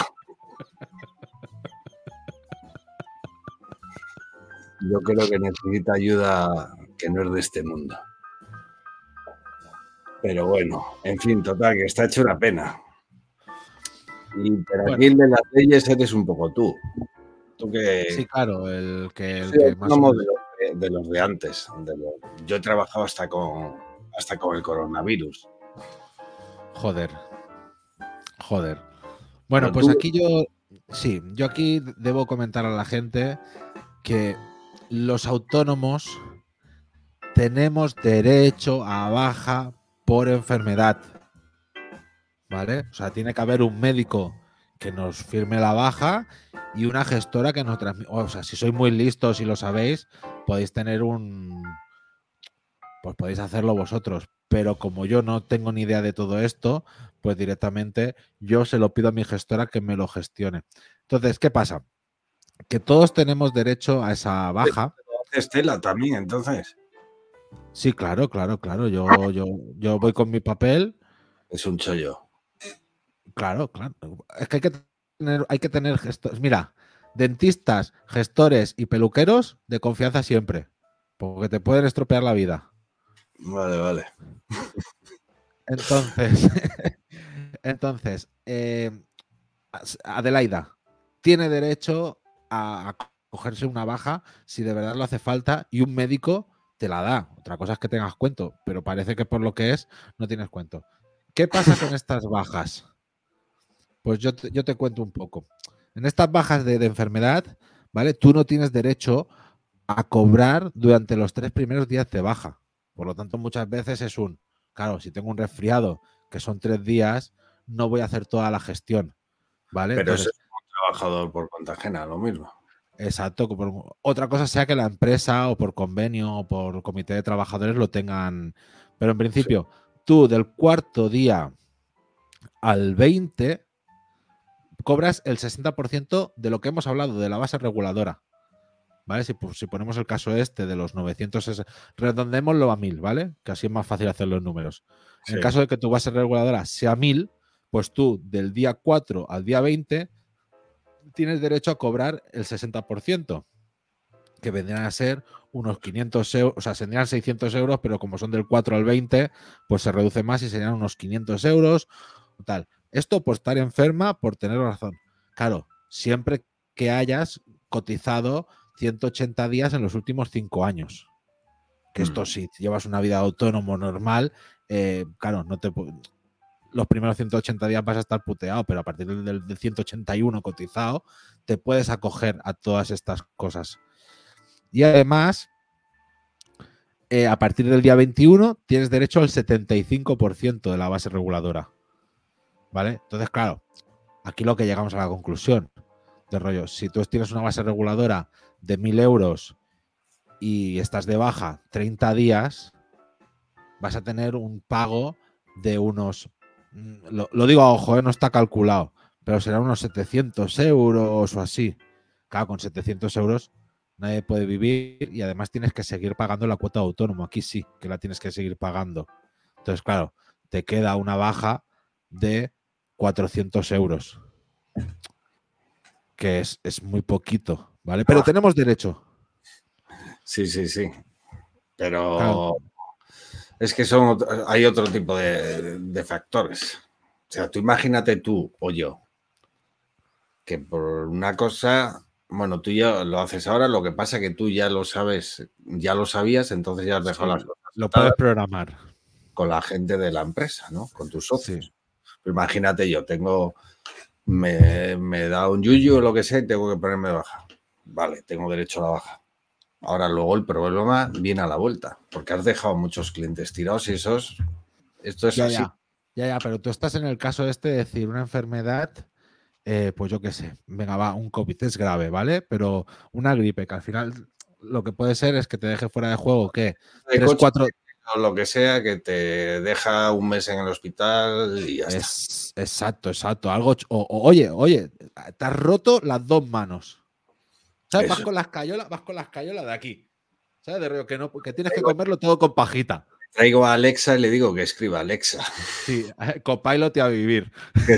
Yo creo que necesita ayuda que no es de este mundo. Pero bueno, en fin, total, que está hecho una pena. Y pero Bueno. aquí el de las leyes eres un poco tú. Tú que... Sí, claro, el que, el Sí, que más o somos menos... de, los de, de los de antes. De los, yo he trabajado hasta con, hasta con el coronavirus. Joder. Joder. Bueno, Pero pues tú- aquí yo... Sí, yo aquí debo comentar a la gente que los autónomos tenemos derecho a baja por enfermedad. ¿Vale? O sea, tiene que haber un médico que nos firme la baja y una gestora que nos transmita. O sea, si sois muy listos y lo sabéis, podéis tener un... Pues podéis hacerlo vosotros. Pero como yo no tengo ni idea de todo esto, pues directamente yo se lo pido a mi gestora que me lo gestione. Entonces, ¿qué pasa? Que todos tenemos derecho a esa baja. Estela también, entonces. Sí, claro, claro, claro. Yo, yo, yo voy con mi papel. Es un chollo. Claro, claro. Es que hay que tener, hay que tener gestores. Mira, dentistas, gestores y peluqueros de confianza siempre. Porque te pueden estropear la vida. Vale, vale. Entonces, entonces eh, Adelaida tiene derecho a, a cogerse una baja si de verdad lo hace falta y un médico te la da. Otra cosa es que tengas cuento, pero parece que por lo que es no tienes cuento. ¿Qué pasa con estas bajas? Pues yo te, yo te cuento un poco. En estas bajas de, de enfermedad, ¿vale? Tú no tienes derecho a cobrar durante los tres primeros días de baja. Por lo tanto, muchas veces es un, claro, si tengo un resfriado que son tres días, no voy a hacer toda la gestión, ¿vale? Pero Entonces, eso es un trabajador por cuenta ajena, lo mismo. exacto. Por, otra cosa sea que la empresa o por convenio o por comité de trabajadores lo tengan. Pero en principio, sí. Tú del cuarto día al veinte cobras el sesenta por ciento de lo que hemos hablado, de la base reguladora. ¿Vale? Si, si ponemos el caso este de los novecientos, redondémoslo a mil, ¿vale? Que así es más fácil hacer los números. Sí. En el caso de que tu base reguladora sea mil, pues tú del día cuatro al día veinte tienes derecho a cobrar el sesenta por ciento, que vendrían a ser unos quinientos euros, o sea, serían seiscientos euros, pero como son del cuatro al veinte, pues se reduce más y serían unos quinientos euros o tal. Esto por estar enferma, por tener razón. Claro, siempre que hayas cotizado ciento ochenta días en los últimos cinco años. Que esto si llevas una vida autónomo normal, eh, claro, no te los primeros ciento ochenta días vas a estar puteado, pero a partir del, del ciento ochenta y uno cotizado te puedes acoger a todas estas cosas. Y además, eh, a partir del día veintiuno tienes derecho al setenta y cinco por ciento de la base reguladora. ¿Vale? Entonces, claro, aquí lo que llegamos a la conclusión de rollo, si tú tienes una base reguladora de mil euros y estás de baja treinta días, vas a tener un pago de unos, lo, lo digo a ojo, ¿eh? No está calculado, pero será unos setecientos euros o así. Claro, con setecientos euros nadie puede vivir y además tienes que seguir pagando la cuota de autónomo. Aquí sí que la tienes que seguir pagando. Entonces, claro, te queda una baja de cuatrocientos euros. Que es, es muy poquito, ¿vale? Pero ah. tenemos derecho. Sí, sí, sí. Pero claro. Es que son hay otro tipo de, de factores. O sea, tú imagínate tú o yo que por una cosa, bueno, tú ya lo haces ahora, lo que pasa es que tú ya lo sabes, ya lo sabías, entonces ya has dejado sí, las cosas. Lo puedes programar. Con la gente de la empresa, ¿no? Con tus socios. Sí. Pero imagínate yo, tengo... Me, me da un yuyu o lo que sea y tengo que ponerme de baja. Vale, tengo derecho a la baja. Ahora luego el problema viene a la vuelta, porque has dejado muchos clientes tirados y esos, esto es Ya, así. ya, ya, ya, pero tú estás en el caso este de decir una enfermedad, eh, pues yo qué sé, venga, va, un COVID es grave, ¿vale? Pero una gripe que al final lo que puede ser es que te deje fuera de juego, ¿qué? De Tres, coche cuatro... o lo que sea, que te deja un mes en el hospital y ya está. Es, exacto, exacto. Algo, ch- o, o, oye, oye, te has roto las dos manos. ¿Sabes? Vas Eso. con las cayolas, vas con las cayolas de aquí. ¿Sabes? De rollo que no, que tienes que Traigo, comerlo todo con pajita. traigo a Alexa y le digo que escriba Alexa. Sí, copilot y a vivir.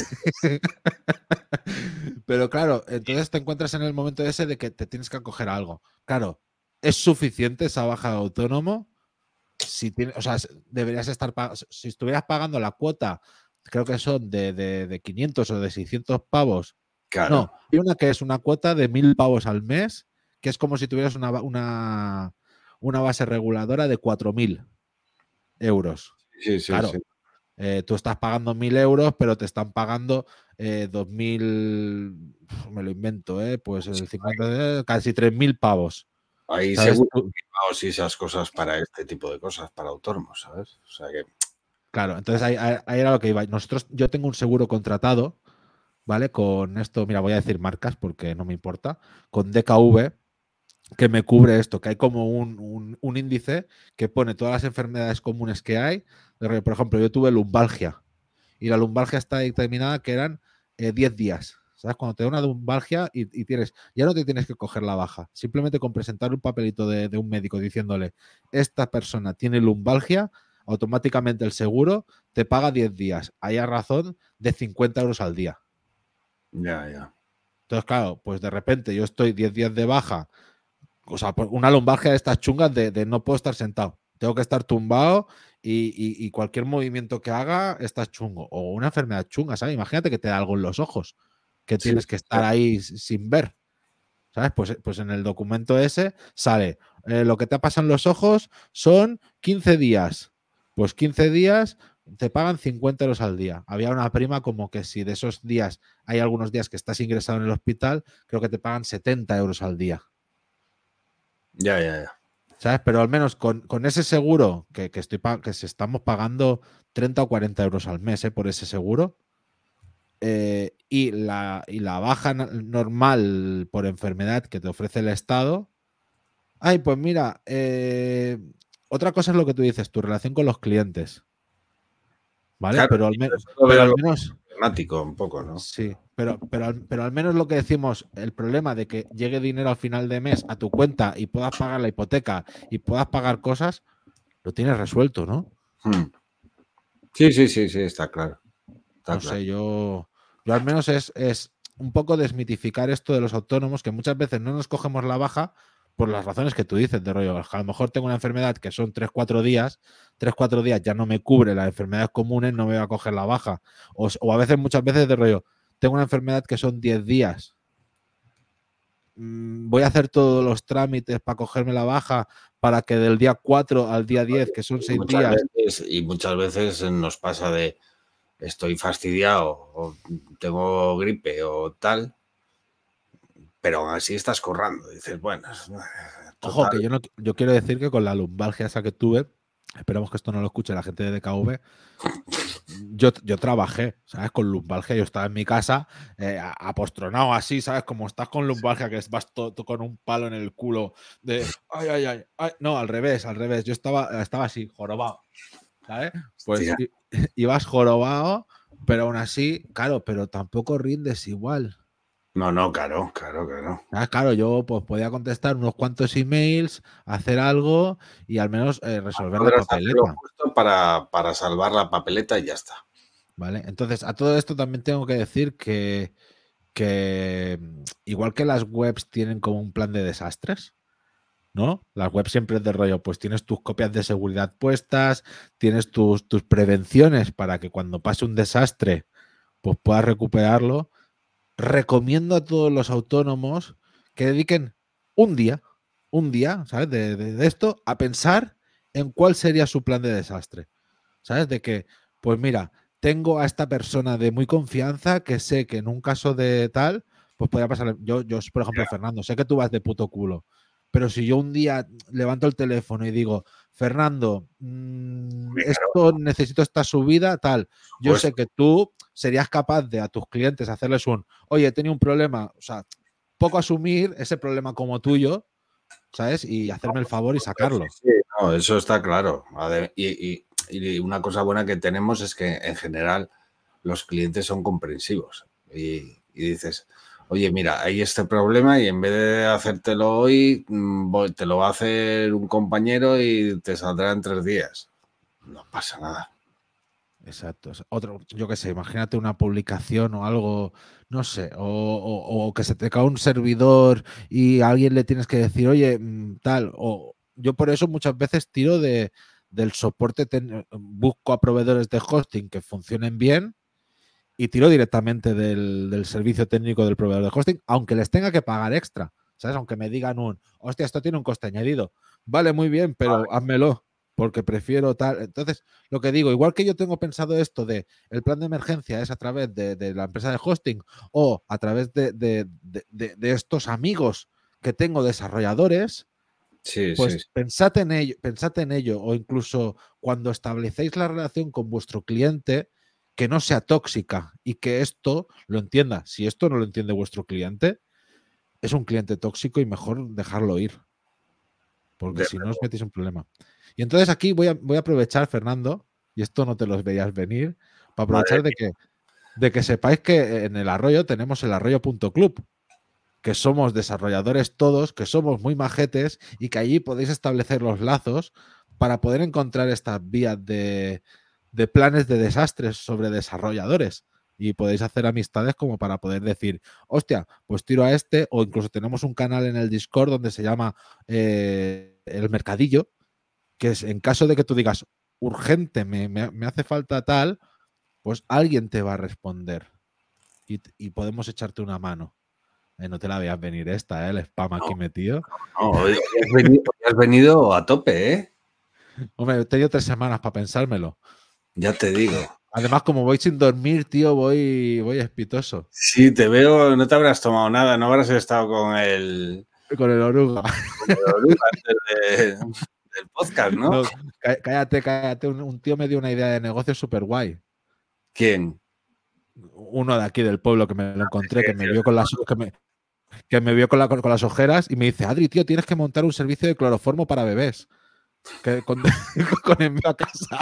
Pero claro, entonces te encuentras en el momento ese de que te tienes que acoger a algo. Claro, ¿es suficiente esa baja de autónomo? Si tiene, o sea, deberías estar pag- si estuvieras pagando la cuota, creo que son de, de, de quinientos o de seiscientos pavos. Claro. No, hay una que es una cuota de mil pavos al mes, que es como si tuvieras una, ba- una, una base reguladora de cuatro mil euros. Sí, sí, Claro, sí. eh, tú estás pagando mil euros, pero te están pagando eh, dos mil, me lo invento, eh, pues el cincuenta, eh, casi tres mil pavos. Ahí ¿Sabes? seguro Tú- que vamos y esas cosas para este tipo de cosas, para autónomos, ¿sabes? O sea que. Claro, entonces ahí, ahí- ahí era lo que iba. Nosotros, yo tengo un seguro contratado, ¿vale? Con esto, mira, voy a decir marcas porque no me importa, con D K V, que me cubre esto, que hay como un, un- un índice que pone todas las enfermedades comunes que hay. De rollo, por ejemplo, yo tuve lumbalgia y la lumbalgia está determinada que eran eh, diez días. ¿Sabes? Cuando te da una lumbalgia y, y tienes, ya no te tienes que coger la baja. Simplemente con presentar un papelito de, de un médico diciéndole, esta persona tiene lumbalgia, automáticamente el seguro te paga diez días. Hay a razón de cincuenta euros al día. Ya, ya. Entonces, claro, pues de repente yo estoy diez días de baja, o sea, por una lumbalgia de estas chungas de, de no puedo estar sentado, tengo que estar tumbado y, y- y cualquier movimiento que haga está chungo. O una enfermedad chunga, ¿sabes? Imagínate que te da algo en los ojos, que Sí, tienes que estar ahí s- sin ver, ¿sabes? Pues, pues en el documento ese sale, eh, lo que te ha pasado en los ojos son quince días. Pues quince días te pagan cincuenta euros al día. Había una prima como que si de esos días hay algunos días que estás ingresado en el hospital, creo que te pagan setenta euros al día. Ya, ya, ya. ¿Sabes? Pero al menos con, con ese seguro, que, que, estoy pa- que se estamos pagando treinta o cuarenta euros al mes, ¿eh? Por ese seguro, eh, y, la, y la baja na- normal por enfermedad que te ofrece el Estado. Ay, pues mira, eh, otra cosa es lo que tú dices, tu relación con los clientes, ¿vale? Claro, Pero al, sí, me- eso lo pero veo al lo menos, problemático un poco, ¿no? sí, pero, pero, al, pero al menos lo que decimos, el problema de que llegue dinero al final de mes a tu cuenta y puedas pagar la hipoteca y puedas pagar cosas, lo tienes resuelto, ¿no? Hmm. Sí, sí, sí, sí, está claro. Está No claro. sé, yo, yo al menos es, es un poco desmitificar esto de los autónomos, que muchas veces no nos cogemos la baja por las razones que tú dices, de rollo. A lo mejor tengo una enfermedad que son tres cuatro días, tres cuatro días ya no me cubre las enfermedades comunes, no me voy a coger la baja. O, s- o a veces, muchas veces de rollo, tengo una enfermedad que son diez días. Mm, Voy a hacer todos los trámites para cogerme la baja para que del día cuatro al día diez, que son Y seis muchas días, veces, y muchas veces nos pasa de estoy fastidiado o tengo gripe o tal, pero aún así estás currando. Dices, bueno, es- ojo, total. que yo no yo quiero decir que con la lumbalgia esa que tuve, esperemos que esto no lo escuche la gente de D K V, yo, yo trabajé, ¿sabes? Con lumbalgia, yo estaba en mi casa eh, a- apostronado así, ¿sabes? Como estás con lumbalgia, que vas to- to- con un palo en el culo de, ay, ay, ay, ay. No, al revés, al revés, yo estaba, estaba así, jorobado, ¿sabes? Pues Hostia. i- ibas jorobado, pero aún así, claro, pero tampoco rindes igual. No, no, claro, claro, claro. Ah, claro, yo pues podía contestar unos cuantos emails, hacer algo y al menos eh, resolver la Podrás hacer lo papeleta, justo para, para salvar la papeleta y ya está. ¿vale? Entonces, a todo esto también tengo que decir que, que mm, igual que las webs tienen como un plan de desastres, ¿no? Las webs siempre es de rollo, pues tienes tus copias de seguridad puestas, tienes tus, tus prevenciones para que cuando pase un desastre, pues puedas recuperarlo. Recomiendo a todos los autónomos que dediquen un día, un día, ¿sabes? De, de- de esto a pensar en cuál sería su plan de desastre. ¿Sabes? De que, pues mira, tengo a esta persona de muy confianza que sé que en un caso de tal, pues podría pasar. Yo, yo por ejemplo, Fernando, sé que tú vas de puto culo, Pero si yo un día levanto el teléfono y digo, Fernando, mmm, esto necesito esta subida, tal, yo Pues, sé que tú serías capaz de a tus clientes hacerles un, oye, he tenido un problema, o sea, poco asumir ese problema como tuyo, ¿sabes? Y hacerme el favor y sacarlo. Sí, sí, no, eso está claro. Y, y, y una cosa buena que tenemos es que en general los clientes son comprensivos y, y dices, oye, mira, hay este problema y en vez de hacértelo hoy, te lo va a hacer un compañero y te saldrá en tres días. No pasa nada. Exacto. Otro, yo qué sé, imagínate una publicación o algo, no sé, o, o, o que se te cae un servidor y a alguien le tienes que decir, oye, tal, o yo por eso muchas veces tiro de, del soporte, ten, busco a proveedores de hosting que funcionen bien y tiro directamente del, del servicio técnico del proveedor de hosting, aunque les tenga que pagar extra, ¿sabes? Aunque me digan un, hostia, esto tiene un coste añadido. Vale, muy bien, pero vale, házmelo, porque prefiero tal. Entonces, lo que digo, igual que yo tengo pensado esto de el plan de emergencia es a través de, de la empresa de hosting o a través de, de, de, de, de estos amigos que tengo desarrolladores, sí, pues sí, sí. Pensad en ello, pensad en ello, o incluso cuando establecéis la relación con vuestro cliente, que no sea tóxica y que esto lo entienda. Si esto no lo entiende vuestro cliente, es un cliente tóxico y mejor dejarlo ir. Porque de si verdad. No os metéis en problema. Y entonces aquí voy a, voy a aprovechar, Fernando, y esto no te los veías venir, para aprovechar de que, de que sepáis que en el Arroyo tenemos el arroyo punto club, que somos desarrolladores todos, que somos muy majetes y que allí podéis establecer los lazos para poder encontrar estas vías de, de planes de desastres sobre desarrolladores y podéis hacer amistades como para poder decir, hostia, pues tiro a este, o incluso tenemos un canal en el Discord donde se llama eh, El Mercadillo, que es en caso de que tú digas, urgente, me, me, me hace falta tal, pues alguien te va a responder y, y podemos echarte una mano. Eh, no te la veas venir esta, ¿eh? El spam aquí no, metido. No, hoy, has venido, hoy has venido a tope, ¿eh? Hombre, he tenido tres semanas para pensármelo. Ya te digo. Además, como voy sin dormir, tío, voy, voy espitoso. Sí, te veo, no te habrás tomado nada, no habrás estado con el... Con el oruga. Con el oruga antes de, del podcast, ¿no? No, cállate, cállate. Un, un tío me dio una idea de negocio súper guay. ¿Quién? Uno de aquí del pueblo que me lo encontré, que me vio con las... Que me, que me vio con, la, con, con las ojeras y me dice, Adri, tío, tienes que montar un servicio de cloroformo para bebés. Que con, con envío a casa.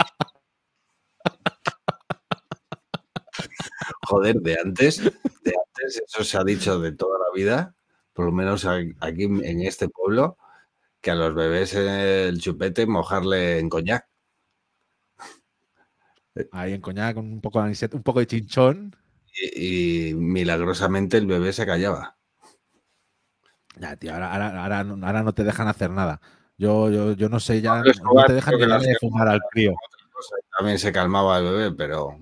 Joder, de antes, de antes, eso se ha dicho de toda la vida, por lo menos aquí en este pueblo, que a los bebés el chupete mojarle en coñac. Ahí en coñac, con un poco de anisete, un poco de chinchón. Y, y milagrosamente el bebé se callaba. Ya, tío, ahora, ahora, ahora, ahora no te dejan hacer nada. Yo, yo, yo no sé, ya no, no te dejan ni darle de fumar al crío. También se calmaba el bebé, pero...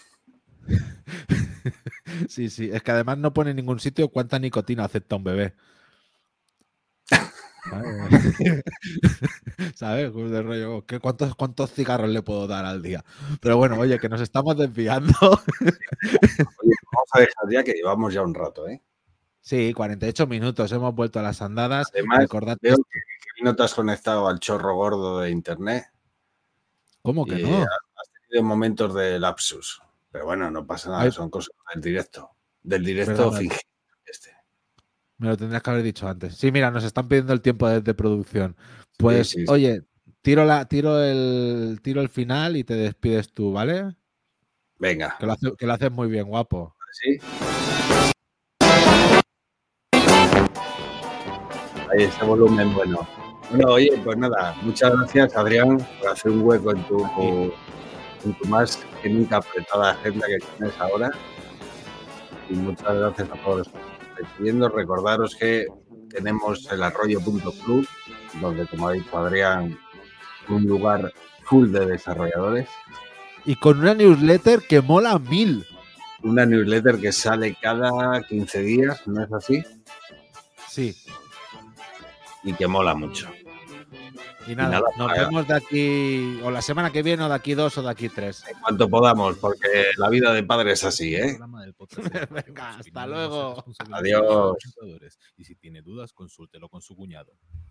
Sí, sí, es que además no pone en ningún sitio cuánta nicotina acepta un bebé. ¿Sabes? De rollo, ¿qué, cuántos, ¿cuántos cigarros le puedo dar al día? Pero bueno, oye, que nos estamos desviando. Oye, vamos a dejar ya que llevamos ya un rato, ¿eh? Sí, cuarenta y ocho minutos, hemos vuelto a las andadas. Además, Recordad veo que, que no te has conectado al chorro gordo de internet. ¿Cómo que no? Has tenido momentos de lapsus. Pero bueno, no pasa nada, Ay, son cosas del directo. Del directo fingido. Este. Me lo tendrías que haber dicho antes. Sí, mira, nos están pidiendo el tiempo de, de producción. Pues, sí, sí, oye, tiro, la, tiro, el, tiro el final y te despides tú, ¿vale? Venga. Que lo, hace, que lo haces muy bien, guapo. Sí. Ahí ese volumen bueno. Bueno, oye, pues nada, muchas gracias, Adrián, por hacer un hueco en tu, en tu más que nunca apretada agenda que tienes ahora. Y muchas gracias a todos. Pidiendo, recordaros que tenemos el arroyo punto club, donde, como ha dicho Adrián, un lugar full de desarrolladores. Y con una newsletter que mola mil. Una newsletter que sale cada quince días, ¿no es así? Sí. Y que mola mucho. Y nada, y nada nos para... vemos de aquí, o la semana que viene, o de aquí dos, o de aquí tres. En cuanto podamos, porque la vida de padre es así, ¿eh? Venga, hasta luego. Adiós. Y si tiene dudas, consúltelo con su cuñado.